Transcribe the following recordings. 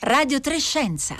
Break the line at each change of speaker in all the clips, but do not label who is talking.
Radio 3 Scienza.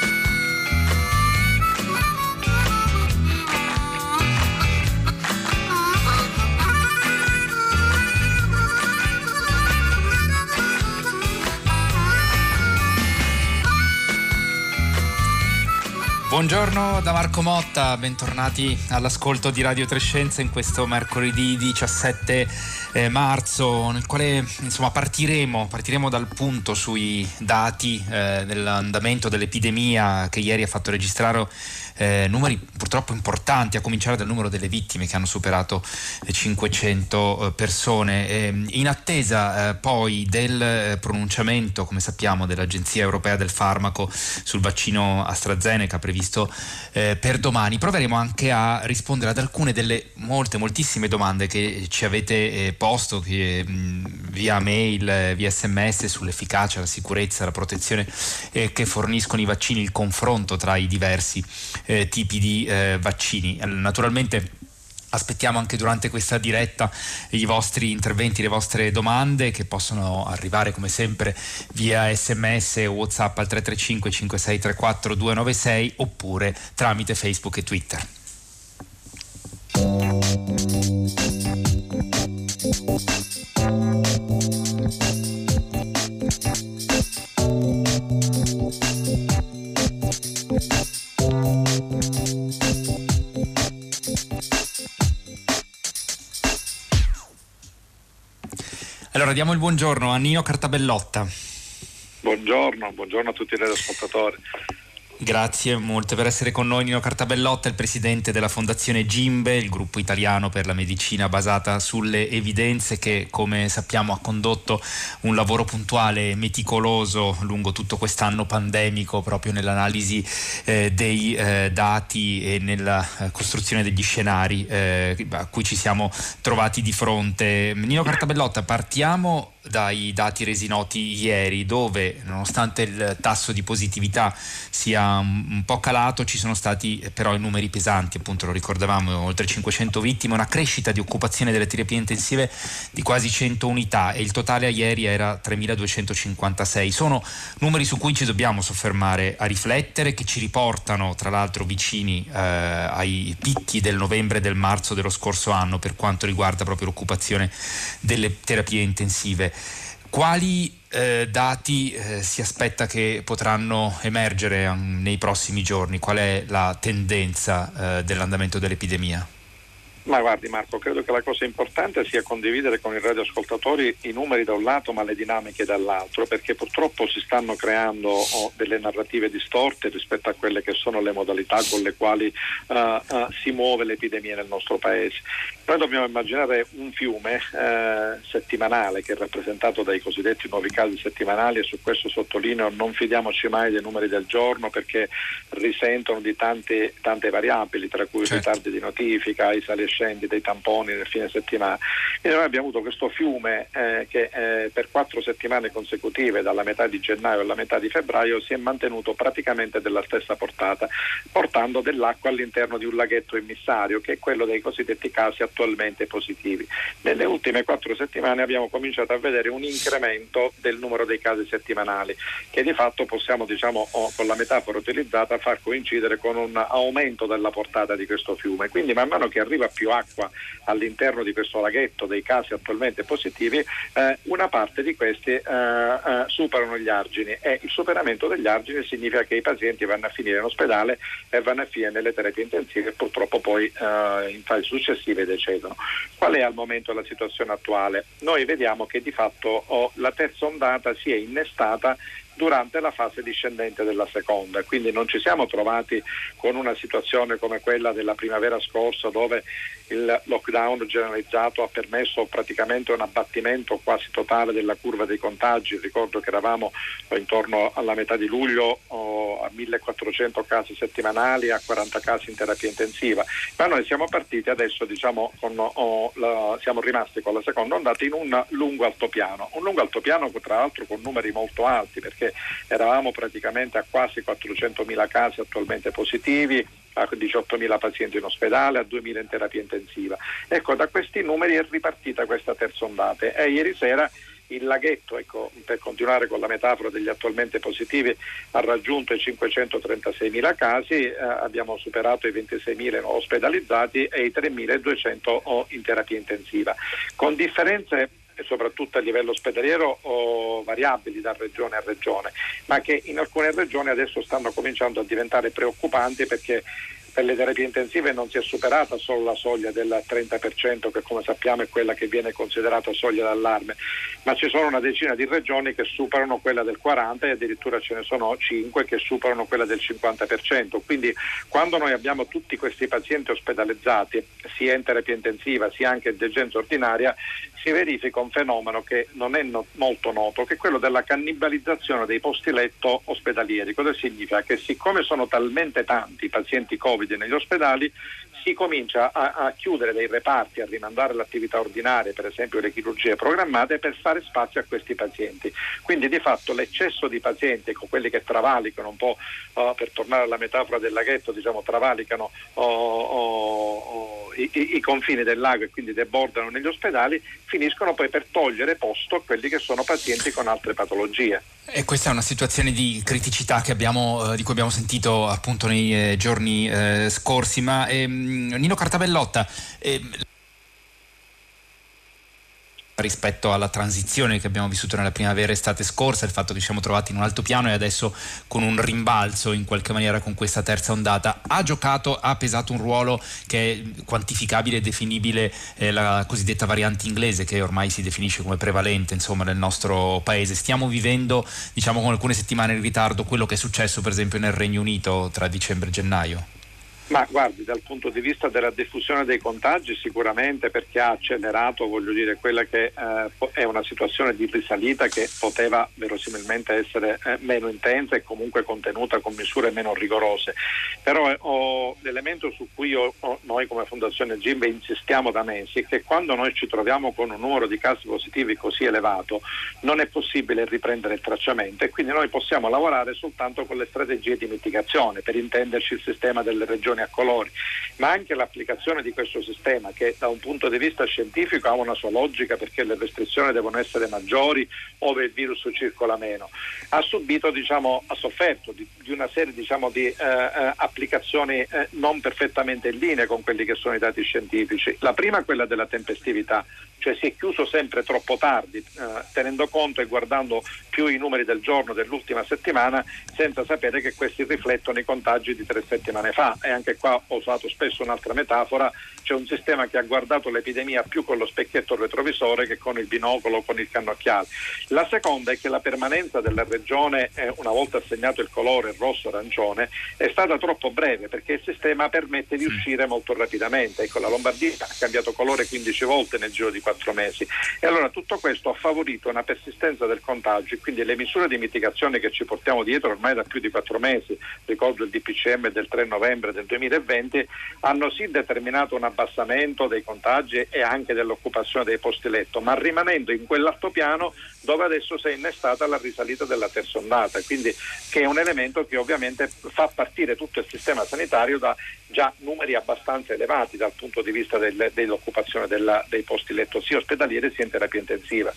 Buongiorno da Marco Motta, bentornati all'ascolto di Radio 3 Scienza in questo mercoledì 17 marzo, nel quale partiremo dal punto sui dati dell'andamento dell'epidemia che ieri ha fatto registrare numeri purtroppo importanti, a cominciare dal numero delle vittime che hanno superato 500 persone. In attesa poi del pronunciamento, come sappiamo, dell'Agenzia Europea del Farmaco sul vaccino AstraZeneca previsto per domani, proveremo anche a rispondere ad alcune delle moltissime domande che ci avete posto via mail, via SMS, sull'efficacia, la sicurezza, la protezione che forniscono i vaccini, il confronto tra i diversi tipi di vaccini. Naturalmente aspettiamo anche durante questa diretta i vostri interventi, le vostre domande, che possono arrivare come sempre via SMS o WhatsApp al 335 5634 296 oppure tramite Facebook e Twitter. Allora diamo il buongiorno a Nino Cartabellotta.
Buongiorno a tutti gli ascoltatori.
Grazie molte per essere con noi. Nino Cartabellotta è il presidente della Fondazione GIMBE, il gruppo italiano per la medicina basata sulle evidenze, che come sappiamo ha condotto un lavoro puntuale e meticoloso lungo tutto quest'anno pandemico, proprio nell'analisi dei dati e nella costruzione degli scenari a cui ci siamo trovati di fronte. Nino Cartabellotta, partiamo dai dati resi noti ieri, dove nonostante il tasso di positività sia un po' calato, ci sono stati però i numeri pesanti, appunto lo ricordavamo, oltre 500 vittime, una crescita di occupazione delle terapie intensive di quasi 100 unità e il totale a ieri era 3.256. Sono numeri su cui ci dobbiamo soffermare a riflettere, che ci riportano tra l'altro vicini ai picchi del novembre e del marzo dello scorso anno per quanto riguarda proprio l'occupazione delle terapie intensive. Quali dati si aspetta che potranno emergere nei prossimi giorni? Qual è la tendenza dell'andamento dell'epidemia?
Ma guardi Marco, credo che la cosa importante sia condividere con i radioascoltatori i numeri da un lato ma le dinamiche dall'altro, perché purtroppo si stanno creando delle narrative distorte rispetto a quelle che sono le modalità con le quali si muove l'epidemia nel nostro paese. Noi dobbiamo immaginare un fiume settimanale che è rappresentato dai cosiddetti nuovi casi settimanali, e su questo sottolineo: non fidiamoci mai dei numeri del giorno, perché risentono di tante variabili, tra cui i ritardi di notifica, i sali e scendi dei tamponi nel fine settimana. Quindi noi abbiamo avuto questo fiume che per 4 settimane consecutive, dalla metà di gennaio alla metà di febbraio, si è mantenuto praticamente della stessa portata, portando dell'acqua all'interno di un laghetto immissario, che è quello dei cosiddetti casi attualmente positivi. Nelle ultime 4 settimane abbiamo cominciato a vedere un incremento del numero dei casi settimanali, che di fatto possiamo, con la metafora utilizzata, far coincidere con un aumento della portata di questo fiume. Quindi man mano che arriva più acqua all'interno di questo laghetto dei casi attualmente positivi, una parte di questi superano gli argini, e il superamento degli argini significa che i pazienti vanno a finire in ospedale e vanno a finire nelle terapie intensive, e purtroppo poi in fasi successive decedono. Qual è al momento la situazione attuale? Noi vediamo che di fatto la terza ondata si è innestata durante la fase discendente della seconda, quindi non ci siamo trovati con una situazione come quella della primavera scorsa, dove il lockdown generalizzato ha permesso praticamente un abbattimento quasi totale della curva dei contagi. Ricordo che eravamo intorno alla metà di luglio a 1400 casi settimanali, a 40 casi in terapia intensiva, ma noi siamo partiti adesso siamo rimasti con la seconda ondata in un lungo altopiano tra l'altro con numeri molto alti, perché eravamo praticamente a quasi 400.000 casi attualmente positivi, a 18.000 pazienti in ospedale, a 2.000 in terapia intensiva. Ecco, da questi numeri è ripartita questa terza ondata, e ieri sera Il laghetto, ecco, per continuare con la metafora degli attualmente positivi, ha raggiunto i 536.000 casi, abbiamo superato i 26.000 ospedalizzati e i 3.200 in terapia intensiva, con differenze soprattutto a livello ospedaliero variabili da regione a regione, ma che in alcune regioni adesso stanno cominciando a diventare preoccupanti, perché per le terapie intensive non si è superata solo la soglia del 30%, che come sappiamo è quella che viene considerata soglia d'allarme, ma ci sono una decina di regioni che superano quella del 40% e addirittura ce ne sono 5 che superano quella del 50%. Quindi quando noi abbiamo tutti questi pazienti ospedalizzati, sia in terapia intensiva sia anche in degenza ordinaria, si verifica un fenomeno che non è molto noto, che è quello della cannibalizzazione dei posti letto ospedalieri. Cosa significa? Che siccome sono talmente tanti i pazienti Covid negli ospedali, si comincia a chiudere dei reparti, a rimandare l'attività ordinaria, per esempio le chirurgie programmate, per fare spazio a questi pazienti. Quindi di fatto l'eccesso di pazienti, con quelli che travalicano un po', per tornare alla metafora del laghetto, diciamo, travalicano i confini del lago e quindi debordano negli ospedali, finiscono poi per togliere posto a quelli che sono pazienti con altre patologie.
E questa è una situazione di criticità che di cui abbiamo sentito appunto nei giorni scorsi, ma Nino Cartabellotta, rispetto alla transizione che abbiamo vissuto nella primavera estate scorsa, il fatto che ci siamo trovati in un altopiano e adesso con un rimbalzo in qualche maniera con questa terza ondata, ha pesato un ruolo che è quantificabile e definibile, la cosiddetta variante inglese, che ormai si definisce come prevalente insomma nel nostro paese. Stiamo vivendo, diciamo, con alcune settimane in ritardo quello che è successo per esempio nel Regno Unito tra dicembre e gennaio.
Ma guardi, dal punto di vista della diffusione dei contagi sicuramente, perché ha accelerato, voglio dire, quella che è una situazione di risalita che poteva verosimilmente essere meno intensa e comunque contenuta con misure meno rigorose. Però l'elemento su cui noi come Fondazione Gimbe insistiamo da mesi è che quando noi ci troviamo con un numero di casi positivi così elevato non è possibile riprendere il tracciamento, e quindi noi possiamo lavorare soltanto con le strategie di mitigazione, per intenderci il sistema delle regioni a colori, ma anche l'applicazione di questo sistema, che da un punto di vista scientifico ha una sua logica, perché le restrizioni devono essere maggiori ove il virus circola meno, ha sofferto di una serie di applicazioni non perfettamente in linea con quelli che sono i dati scientifici. La prima è quella della tempestività, cioè si è chiuso sempre troppo tardi, tenendo conto e guardando più i numeri del giorno dell'ultima settimana, senza sapere che questi riflettono i contagi di 3 settimane fa. E anche qua ho usato spesso un'altra metafora: c'è un sistema che ha guardato l'epidemia più con lo specchietto retrovisore che con il binocolo o con il cannocchiale. La seconda è che la permanenza della regione, una volta assegnato il colore rosso-arancione, è stata troppo breve, perché il sistema permette di uscire molto rapidamente. Ecco, la Lombardia ha cambiato colore 15 volte nel giro di 4 mesi, e allora tutto questo ha favorito una persistenza del contagio, e quindi le misure di mitigazione che ci portiamo dietro ormai da più di 4 mesi, ricordo il DPCM del 3 novembre del 2020, hanno sì determinato un abbassamento dei contagi e anche dell'occupazione dei posti letto, ma rimanendo in quell'altopiano dove adesso si è innestata la risalita della terza ondata, quindi che è un elemento che ovviamente fa partire tutto il sistema sanitario da già numeri abbastanza elevati dal punto di vista dell'occupazione dei posti letto sia ospedalieri sia in terapia intensiva.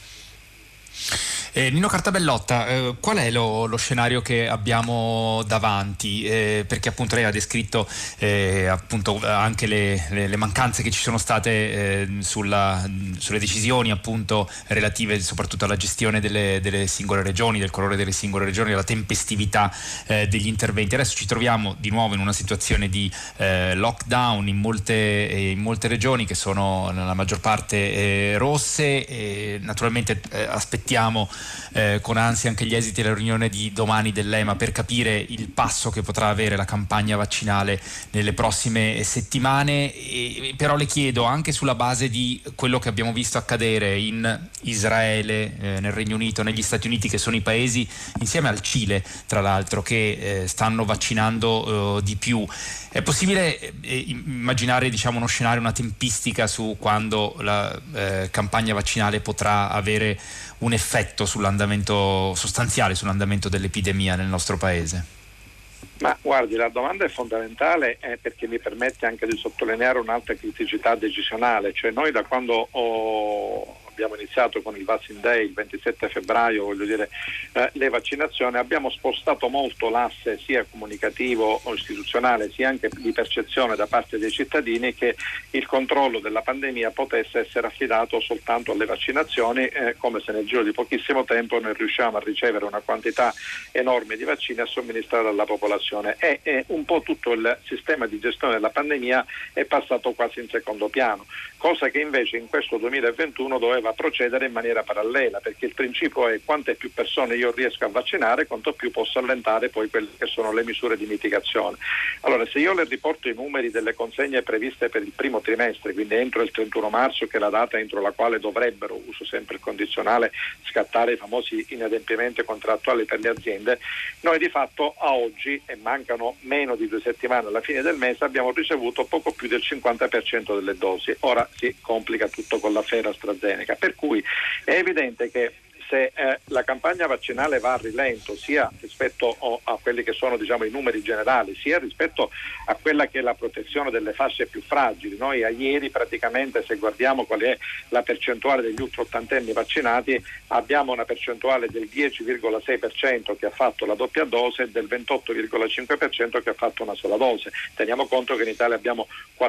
Nino Cartabellotta, qual è lo scenario che abbiamo davanti? Perché appunto lei ha descritto appunto anche le mancanze che ci sono state sulle decisioni appunto relative soprattutto alla gestione delle singole regioni, del colore delle singole regioni, della tempestività degli interventi. Adesso ci troviamo di nuovo in una situazione di lockdown in molte regioni che sono nella maggior parte rosse, e naturalmente aspettiamo con ansia anche gli esiti della riunione di domani dell'EMA per capire il passo che potrà avere la campagna vaccinale nelle prossime settimane. Però le chiedo, anche sulla base di quello che abbiamo visto accadere in Israele, nel Regno Unito, negli Stati Uniti, che sono i paesi insieme al Cile tra l'altro che stanno vaccinando di più, è possibile immaginare, diciamo, uno scenario, una tempistica su quando la campagna vaccinale potrà avere un effetto sull'andamento sostanziale, sull'andamento dell'epidemia nel nostro paese?
Ma guardi, la domanda è fondamentale, perché mi permette anche di sottolineare un'altra criticità decisionale, cioè noi da quando abbiamo iniziato con il Vaccine Day il 27 febbraio, le vaccinazioni, abbiamo spostato molto l'asse sia comunicativo o istituzionale sia anche di percezione da parte dei cittadini che il controllo della pandemia potesse essere affidato soltanto alle vaccinazioni, come se nel giro di pochissimo tempo noi riusciamo a ricevere una quantità enorme di vaccini a somministrare alla popolazione, e un po' tutto il sistema di gestione della pandemia è passato quasi in secondo piano, cosa che invece in questo 2021 doveva procedere in maniera parallela, perché il principio è: quante più persone io riesco a vaccinare, quanto più posso allentare poi quelle che sono le misure di mitigazione. Allora, se io le riporto i numeri delle consegne previste per il primo trimestre, quindi entro il 31 marzo, che è la data entro la quale dovrebbero, uso sempre il condizionale, scattare i famosi inadempimenti contrattuali per le aziende, noi di fatto a oggi, e mancano meno di 2 settimane alla fine del mese, abbiamo ricevuto poco più del 50% delle dosi. Ora si complica tutto con l'affare AstraZeneca, per cui è evidente che se la campagna vaccinale va a rilento sia rispetto a quelli che sono i numeri generali, sia rispetto a quella che è la protezione delle fasce più fragili. Noi a ieri praticamente, se guardiamo qual è la percentuale degli ultraottantenni vaccinati, abbiamo una percentuale del 10,6% che ha fatto la doppia dose e del 28,5% che ha fatto una sola dose. Teniamo conto che in Italia abbiamo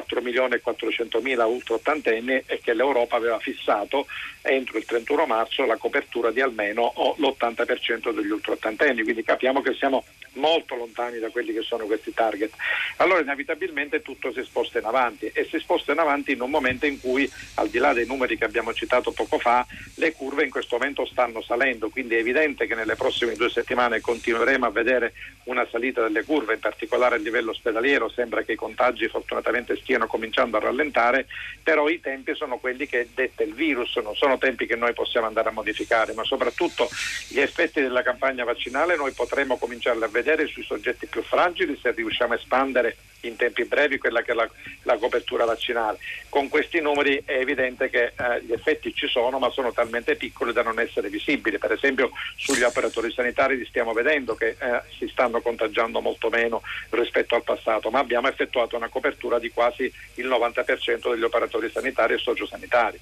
4.400.000 ultraottantenni e che l'Europa aveva fissato entro il 31 marzo la copertura di almeno l'80% degli ultraottantenni, quindi capiamo che siamo molto lontani da quelli che sono questi target. Allora inevitabilmente tutto si sposta in avanti, e si sposta in avanti in un momento in cui, al di là dei numeri che abbiamo citato poco fa, le curve in questo momento stanno salendo, quindi è evidente che nelle prossime 2 settimane continueremo a vedere una salita delle curve, in particolare a livello ospedaliero. Sembra che i contagi fortunatamente stiano cominciando a rallentare, però i tempi sono quelli che detta il virus, non sono tempi che noi possiamo andare a modificare, ma soprattutto gli effetti della campagna vaccinale noi potremo cominciarli a vedere sui soggetti più fragili, se riusciamo a espandere in tempi brevi quella che è la copertura vaccinale. Con questi numeri è evidente che gli effetti ci sono, ma sono talmente piccoli da non essere visibili. Per esempio sugli operatori sanitari li stiamo vedendo che si stanno contagiando molto meno rispetto al passato, ma abbiamo effettuato una copertura di quasi il 90% degli operatori sanitari e sociosanitari.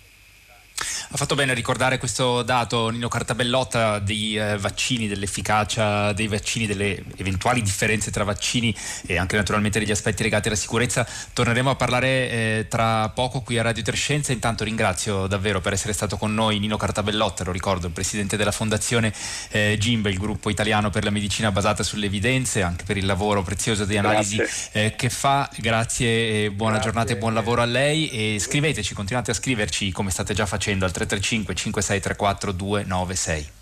Ha fatto bene a ricordare questo dato Nino Cartabellotta dei vaccini, dell'efficacia dei vaccini, delle eventuali differenze tra vaccini e anche naturalmente degli aspetti legati alla sicurezza. Torneremo a parlare tra poco qui a Radio Trescenza. Intanto ringrazio davvero per essere stato con noi Nino Cartabellotta, lo ricordo, il presidente della fondazione GIMBE, il gruppo italiano per la medicina basata sulle evidenze, anche per il lavoro prezioso di analisi che fa. Grazie, buona giornata e buon lavoro a lei, e scriveteci, continuate a scriverci come state già facendo al 335 5634 296.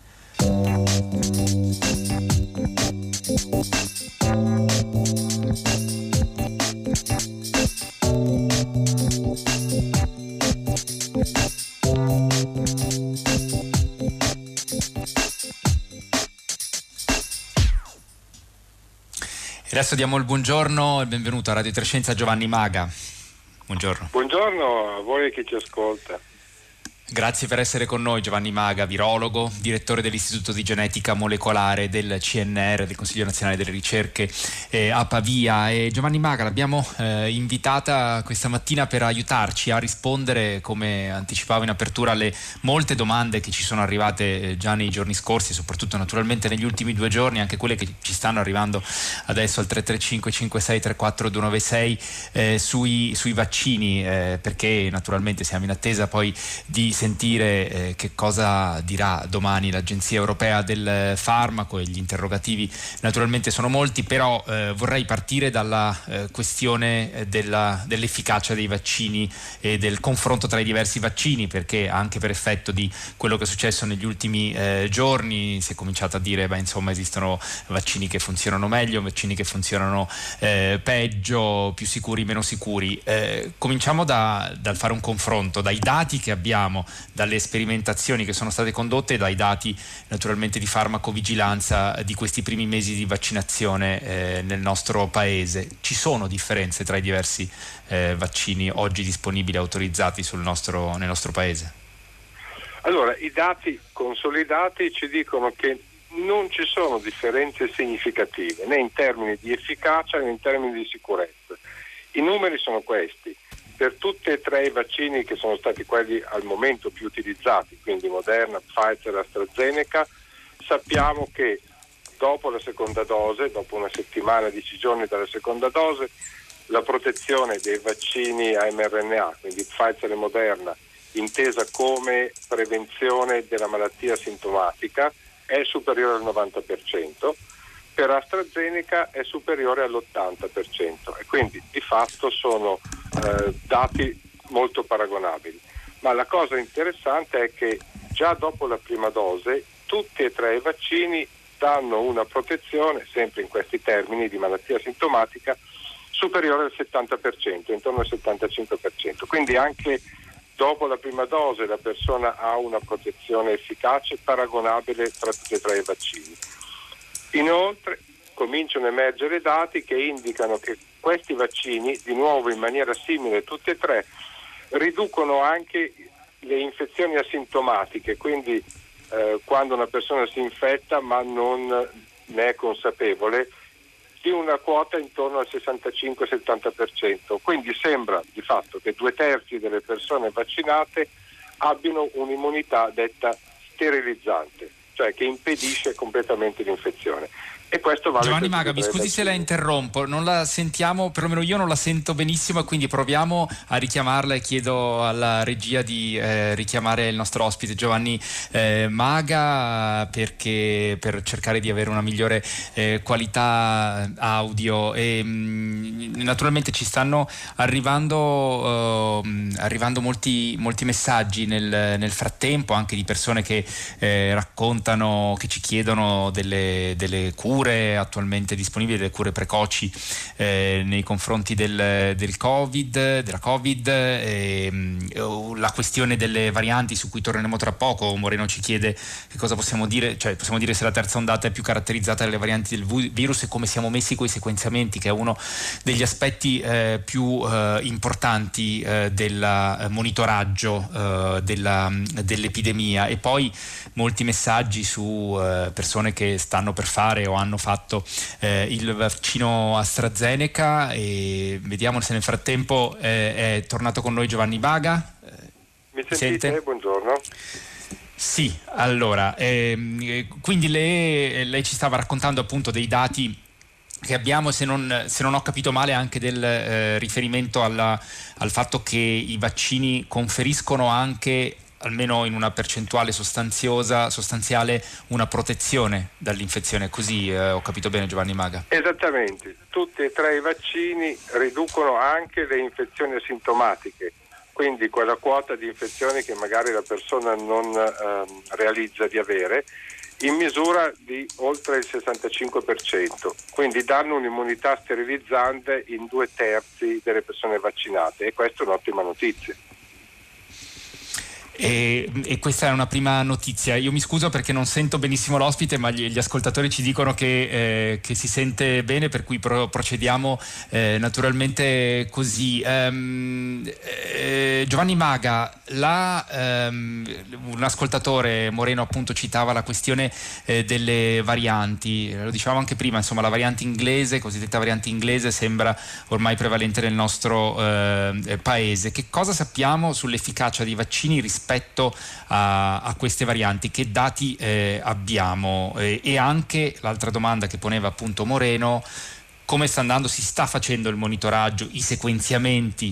E adesso diamo il buongiorno e il benvenuto a Radio Trescenza a Giovanni Maga. Buongiorno.
Buongiorno a voi che ci ascolta.
Grazie per essere con noi, Giovanni Maga, virologo, direttore dell'Istituto di Genetica Molecolare del CNR, del Consiglio Nazionale delle Ricerche a Pavia. E Giovanni Maga l'abbiamo invitata questa mattina per aiutarci a rispondere, come anticipavo in apertura, alle molte domande che ci sono arrivate già nei giorni scorsi, soprattutto naturalmente negli ultimi 2 giorni, anche quelle che ci stanno arrivando adesso al 335 5634 296 sui vaccini, perché naturalmente siamo in attesa poi di sentire che cosa dirà domani l'Agenzia Europea del Farmaco, e gli interrogativi naturalmente sono molti, però vorrei partire dalla questione dell'efficacia dei vaccini e del confronto tra i diversi vaccini, perché anche per effetto di quello che è successo negli ultimi giorni si è cominciato a dire insomma esistono vaccini che funzionano meglio, vaccini che funzionano peggio, più sicuri, meno sicuri. Cominciamo dal fare un confronto dai dati che abbiamo, dalle sperimentazioni che sono state condotte e dai dati naturalmente di farmacovigilanza di questi primi mesi di vaccinazione nel nostro paese. Ci sono differenze tra i diversi vaccini oggi disponibili e autorizzati nel nostro paese?
Allora, i dati consolidati ci dicono che non ci sono differenze significative né in termini di efficacia né in termini di sicurezza. I numeri sono questi: per tutti e tre i vaccini che sono stati quelli al momento più utilizzati, quindi Moderna, Pfizer e AstraZeneca, sappiamo che dopo la seconda dose, dopo una settimana, 10 giorni dalla seconda dose, la protezione dei vaccini a mRNA, quindi Pfizer e Moderna, intesa come prevenzione della malattia sintomatica, è superiore al 90%, per AstraZeneca è superiore all'80%, e quindi di fatto sono dati molto paragonabili. Ma la cosa interessante è che già dopo la prima dose tutti e tre i vaccini danno una protezione, sempre in questi termini di malattia sintomatica, superiore al 70%, intorno al 75%. Quindi anche dopo la prima dose la persona ha una protezione efficace paragonabile tra tutti e tre i vaccini. Inoltre cominciano a emergere dati che indicano che questi vaccini, di nuovo in maniera simile tutti e tre, riducono anche le infezioni asintomatiche, quindi quando una persona si infetta ma non ne è consapevole, di una quota intorno al 65-70%. Quindi sembra di fatto che 2/3 delle persone vaccinate abbiano un'immunità detta sterilizzante, cioè che impedisce completamente l'infezione. E questo vale.
Giovanni Maga, mi scusi se la interrompo, non la sentiamo, perlomeno io non la sento benissimo, e quindi proviamo a richiamarla e chiedo alla regia di richiamare il nostro ospite Giovanni Maga, perché per cercare di avere una migliore qualità audio. E naturalmente ci stanno arrivando molti messaggi nel frattempo, anche di persone che raccontano, che ci chiedono delle cure attualmente disponibili, delle cure precoci nei confronti della Covid, la questione delle varianti, su cui torneremo tra poco. Moreno ci chiede che cosa possiamo dire, cioè possiamo dire se la terza ondata è più caratterizzata dalle varianti del virus e come siamo messi coi sequenziamenti, che è uno degli aspetti più importanti del monitoraggio dell'epidemia. E poi molti messaggi su persone che stanno per fare o hanno fatto il vaccino AstraZeneca, e vediamo se nel frattempo è tornato con noi Giovanni Maga.
Mi sentite? Buongiorno.
Sì, allora, quindi lei ci stava raccontando appunto dei dati che abbiamo, se non ho capito male, anche del riferimento al fatto che i vaccini conferiscono anche, almeno in una percentuale sostanziale, una protezione dall'infezione. Così ho capito bene, Giovanni Maga?
Esattamente, tutti e tre i vaccini riducono anche le infezioni asintomatiche, quindi quella quota di infezioni che magari la persona non realizza di avere, in misura di oltre il 65%, quindi danno un'immunità sterilizzante in 2/3 delle persone vaccinate, e questa è un'ottima notizia.
E questa è una prima notizia. Io mi scuso perché non sento benissimo l'ospite, ma gli ascoltatori ci dicono che si sente bene, per cui procediamo naturalmente così. Giovanni Maga, un ascoltatore, Moreno, appunto citava la questione delle varianti. Lo dicevamo anche prima, insomma, la variante inglese, cosiddetta variante inglese, sembra ormai prevalente nel nostro paese. Che cosa sappiamo sull'efficacia dei vaccini rispetto a queste varianti? Che dati abbiamo? E anche l'altra domanda che poneva appunto Moreno: come sta andando, si sta facendo il monitoraggio, i sequenziamenti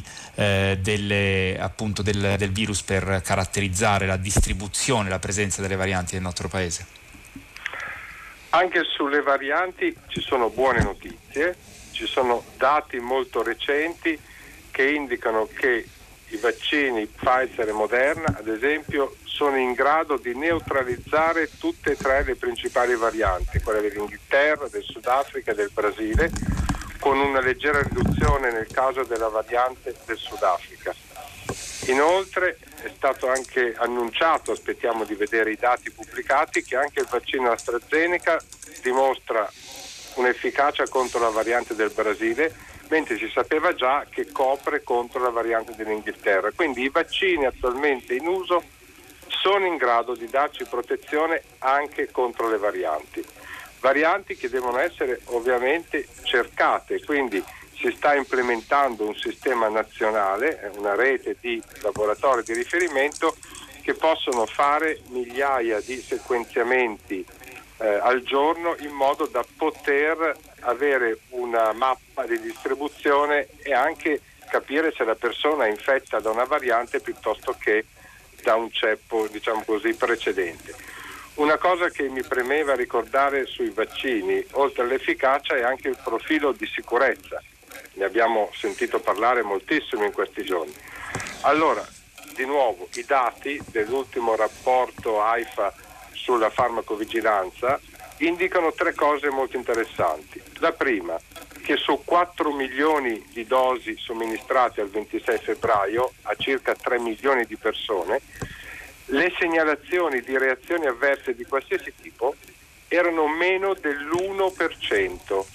del virus per caratterizzare la distribuzione, la presenza delle varianti nel nostro paese?
Anche sulle varianti ci sono buone notizie, ci sono dati molto recenti che indicano che i vaccini Pfizer e Moderna, ad esempio, sono in grado di neutralizzare tutte e tre le principali varianti, quelle dell'Inghilterra, del Sudafrica e del Brasile, con una leggera riduzione nel caso della variante del Sudafrica. Inoltre è stato anche annunciato, aspettiamo di vedere i dati pubblicati, che anche il vaccino AstraZeneca dimostra un'efficacia contro la variante del Brasile, mentre si sapeva già che copre contro la variante dell'Inghilterra. Quindi i vaccini attualmente in uso sono in grado di darci protezione anche contro le varianti che devono essere ovviamente cercate, quindi si sta implementando un sistema nazionale, una rete di laboratori di riferimento che possono fare migliaia di sequenziamenti al giorno, in modo da poter avere una mappa di distribuzione e anche capire se la persona è infetta da una variante piuttosto che da un ceppo, diciamo così, precedente. Una cosa che mi premeva ricordare sui vaccini, oltre all'efficacia, è anche il profilo di sicurezza. Ne abbiamo sentito parlare moltissimo in questi giorni. Allora, di nuovo, i dati dell'ultimo rapporto AIFA sulla farmacovigilanza indicano 3 cose molto interessanti. La prima, che su 4 milioni di dosi somministrate al 26 febbraio a circa 3 milioni di persone, le segnalazioni di reazioni avverse di qualsiasi tipo erano meno dell'1%.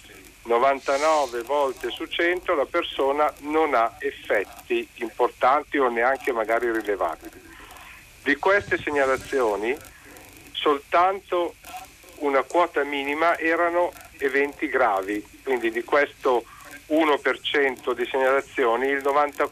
99 volte su 100 la persona non ha effetti importanti o neanche magari rilevabili. Di queste segnalazioni soltanto una quota minima erano eventi gravi, quindi di questo 1% di segnalazioni il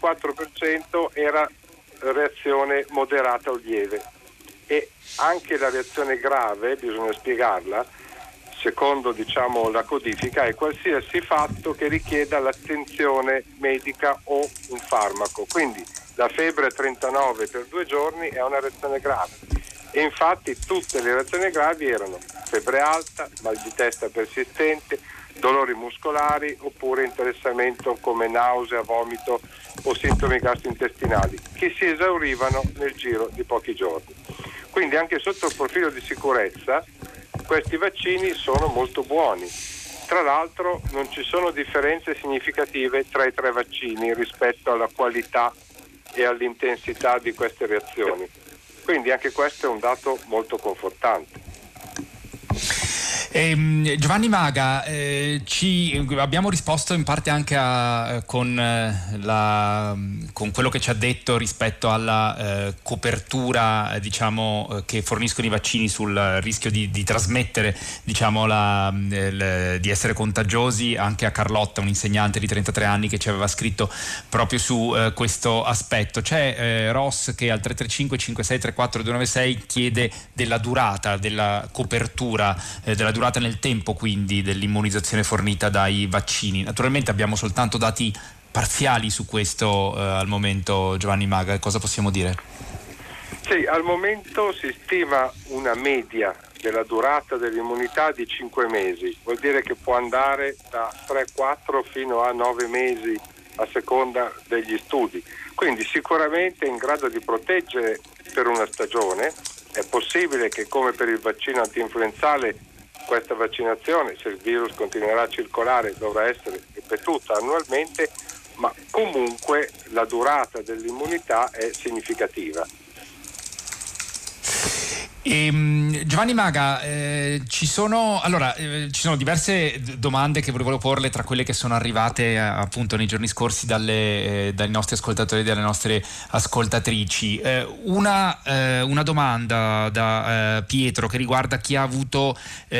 94% era reazione moderata o lieve, e anche la reazione grave, bisogna spiegarla, secondo la codifica, è qualsiasi fatto che richieda l'attenzione medica o un farmaco. Quindi la febbre a 39 per 2 giorni è una reazione grave, e infatti tutte le reazioni gravi erano febbre alta, mal di testa persistente, dolori muscolari oppure interessamento come nausea, vomito o sintomi gastrointestinali, che si esaurivano nel giro di pochi giorni. Quindi anche sotto il profilo di sicurezza questi vaccini sono molto buoni. Tra l'altro non ci sono differenze significative tra i 3 vaccini rispetto alla qualità e all'intensità di queste reazioni. Quindi anche questo è un dato molto confortante.
Giovanni Maga, abbiamo risposto in parte anche con quello che ci ha detto rispetto alla copertura che forniscono i vaccini sul rischio di trasmettere di essere contagiosi, anche a Carlotta, un insegnante di 33 anni che ci aveva scritto proprio su questo aspetto. C'è Ross che al 335 5634 296 chiede della durata, della copertura, della durata nel tempo quindi dell'immunizzazione fornita dai vaccini. Naturalmente abbiamo soltanto dati parziali su questo al momento, Giovanni Maga, cosa possiamo dire?
Sì, al momento si stima una media della durata dell'immunità di 5 mesi, vuol dire che può andare da 3-4 fino a 9 mesi a seconda degli studi, quindi sicuramente è in grado di proteggere per una stagione. È possibile che, come per il vaccino antinfluenzale, questa vaccinazione, se il virus continuerà a circolare, dovrà essere ripetuta annualmente, ma comunque la durata dell'immunità è significativa.
Giovanni Maga, ci sono diverse domande che volevo porle, tra quelle che sono arrivate appunto nei giorni scorsi dai nostri ascoltatori e dalle nostre ascoltatrici. Una domanda da Pietro che riguarda chi ha avuto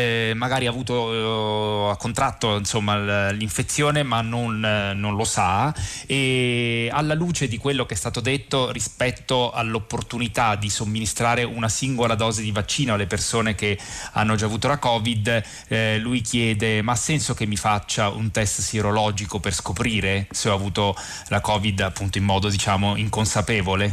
ha contratto l'infezione ma non lo sa, e alla luce di quello che è stato detto rispetto all'opportunità di somministrare una singola dose di vaccino alle persone che hanno già avuto la Covid, lui chiede: ma ha senso che mi faccia un test sierologico per scoprire se ho avuto la Covid appunto in modo inconsapevole?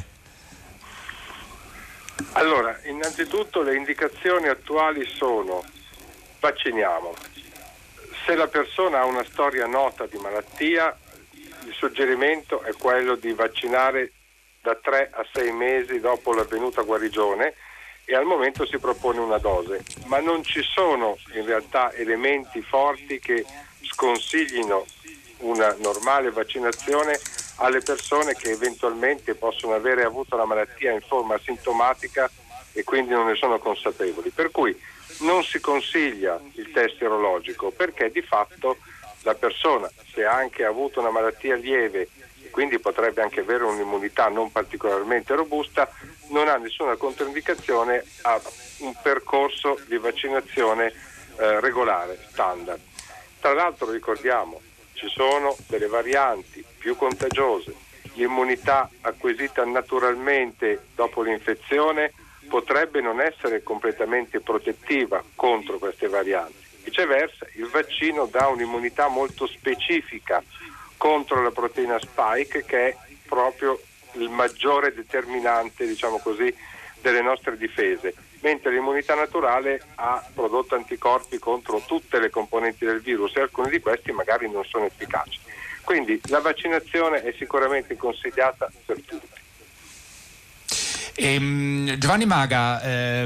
Allora, innanzitutto le indicazioni attuali sono: vacciniamo. Se la persona ha una storia nota di malattia, il suggerimento è quello di vaccinare da 3 a 6 mesi dopo l'avvenuta guarigione, e al momento si propone una dose, ma non ci sono in realtà elementi forti che sconsiglino una normale vaccinazione alle persone che eventualmente possono avere avuto la malattia in forma asintomatica e quindi non ne sono consapevoli. Per cui non si consiglia il test sierologico, perché di fatto la persona, se ha anche avuto una malattia lieve e quindi potrebbe anche avere un'immunità non particolarmente robusta, non ha nessuna controindicazione a un percorso di vaccinazione regolare, standard. Tra l'altro ricordiamo, ci ci sono delle varianti più contagiose, l'immunità acquisita naturalmente dopo l'infezione potrebbe non essere completamente protettiva contro queste varianti. Viceversa, il vaccino dà un'immunità molto specifica contro la proteina spike, che è proprio il maggiore determinante, diciamo così, delle nostre difese, mentre l'immunità naturale ha prodotto anticorpi contro tutte le componenti del virus e alcuni di questi magari non sono efficaci. Quindi la vaccinazione è sicuramente consigliata per tutti.
Giovanni Maga,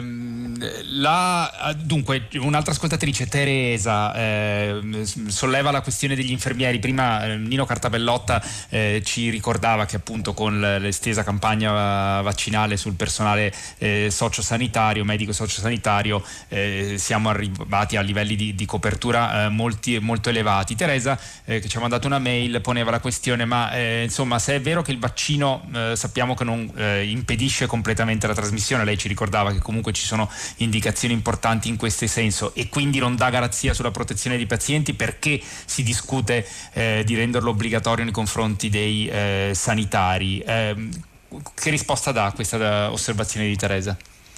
dunque un'altra ascoltatrice, Teresa, solleva la questione degli infermieri. Prima Nino Cartabellotta ci ricordava che appunto con l'estesa campagna vaccinale sul personale sociosanitario, medico sociosanitario, siamo arrivati a livelli di copertura molto elevati. Teresa, che ci ha mandato una mail, poneva la questione: ma insomma, se è vero che il vaccino sappiamo che non impedisce completamente la trasmissione, lei ci ricordava che comunque ci sono indicazioni importanti in questo senso e quindi non dà garanzia sulla protezione dei pazienti, perché si discute di renderlo obbligatorio nei confronti dei sanitari? Che risposta dà a questa osservazione di Teresa?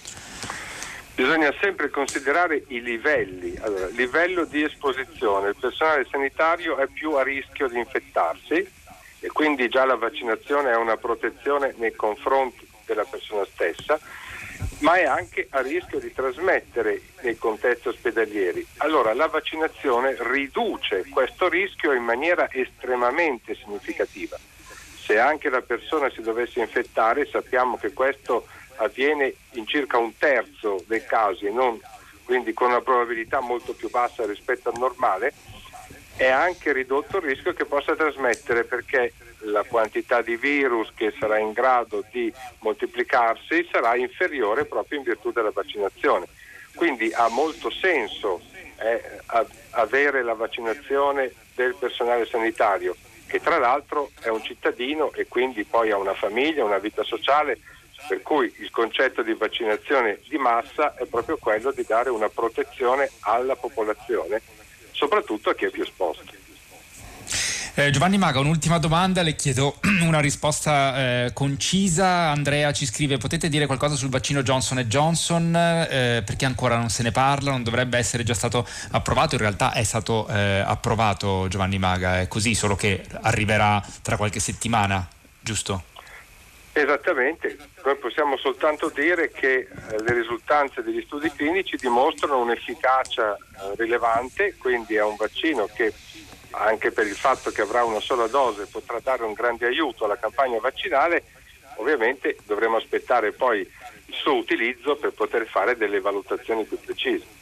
Bisogna sempre considerare i livelli. Allora, livello di esposizione: il personale sanitario è più a rischio di infettarsi e quindi già la vaccinazione è una protezione nei confronti della persona stessa, ma è anche a rischio di trasmettere nei contesti ospedalieri. Allora la vaccinazione riduce questo rischio in maniera estremamente significativa. Se anche la persona si dovesse infettare, sappiamo che questo avviene in circa un terzo dei casi, quindi con una probabilità molto più bassa rispetto al normale, è anche ridotto il rischio che possa trasmettere, perché la quantità di virus che sarà in grado di moltiplicarsi sarà inferiore proprio in virtù della vaccinazione. Quindi ha molto senso avere la vaccinazione del personale sanitario, che tra l'altro è un cittadino e quindi poi ha una famiglia, una vita sociale, per cui il concetto di vaccinazione di massa è proprio quello di dare una protezione alla popolazione, soprattutto a chi è più esposto.
Giovanni Maga, un'ultima domanda, le chiedo una risposta concisa. Andrea ci scrive: potete dire qualcosa sul vaccino Johnson & Johnson? Perché ancora non se ne parla? Non dovrebbe essere già stato approvato? In realtà è stato approvato, Giovanni Maga, è così, solo che arriverà tra qualche settimana, giusto?
Esattamente, noi possiamo soltanto dire che le risultanze degli studi clinici dimostrano un'efficacia rilevante, quindi è un vaccino che, anche per il fatto che avrà una sola dose, potrà dare un grande aiuto alla campagna vaccinale. Ovviamente dovremo aspettare poi il suo utilizzo per poter fare delle valutazioni più precise.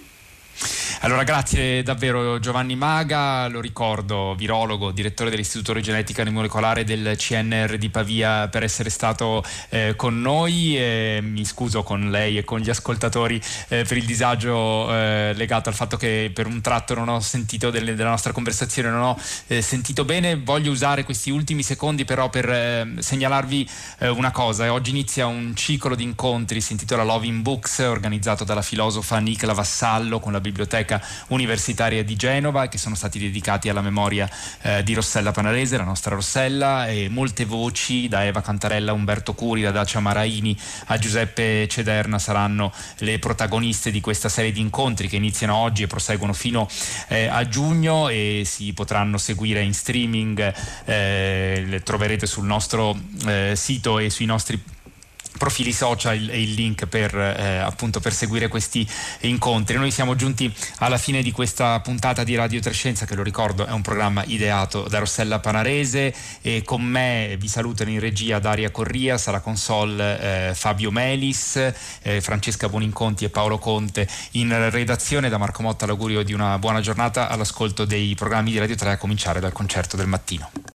Allora, grazie davvero Giovanni Maga, lo ricordo, virologo, direttore dell'Istituto di Genetica Molecolare del CNR di Pavia, per essere stato con noi. Mi scuso con lei e con gli ascoltatori per il disagio legato al fatto che per un tratto non ho sentito della nostra conversazione, non ho sentito bene. Voglio usare questi ultimi secondi però per segnalarvi una cosa. Oggi inizia un ciclo di incontri, si intitola Love in Books, organizzato dalla filosofa Nicla Vassallo con la Biblioteca Universitaria di Genova, che sono stati dedicati alla memoria di Rossella Panarese, la nostra Rossella, e molte voci, da Eva Cantarella a Umberto Curi, da Dacia Maraini a Giuseppe Cederna, saranno le protagoniste di questa serie di incontri che iniziano oggi e proseguono fino a giugno, e si potranno seguire in streaming. Le troverete sul nostro sito e sui nostri profili social e il link per appunto per seguire questi incontri. Noi siamo giunti alla fine di questa puntata di Radio Trescenza, che, lo ricordo, è un programma ideato da Rossella Panarese, e con me vi salutano in regia Daria Corrias, alla console Fabio Melis, Francesca Buoninconti e Paolo Conte in redazione. Da Marco Motta l'augurio di una buona giornata all'ascolto dei programmi di Radio 3, a cominciare dal Concerto del Mattino.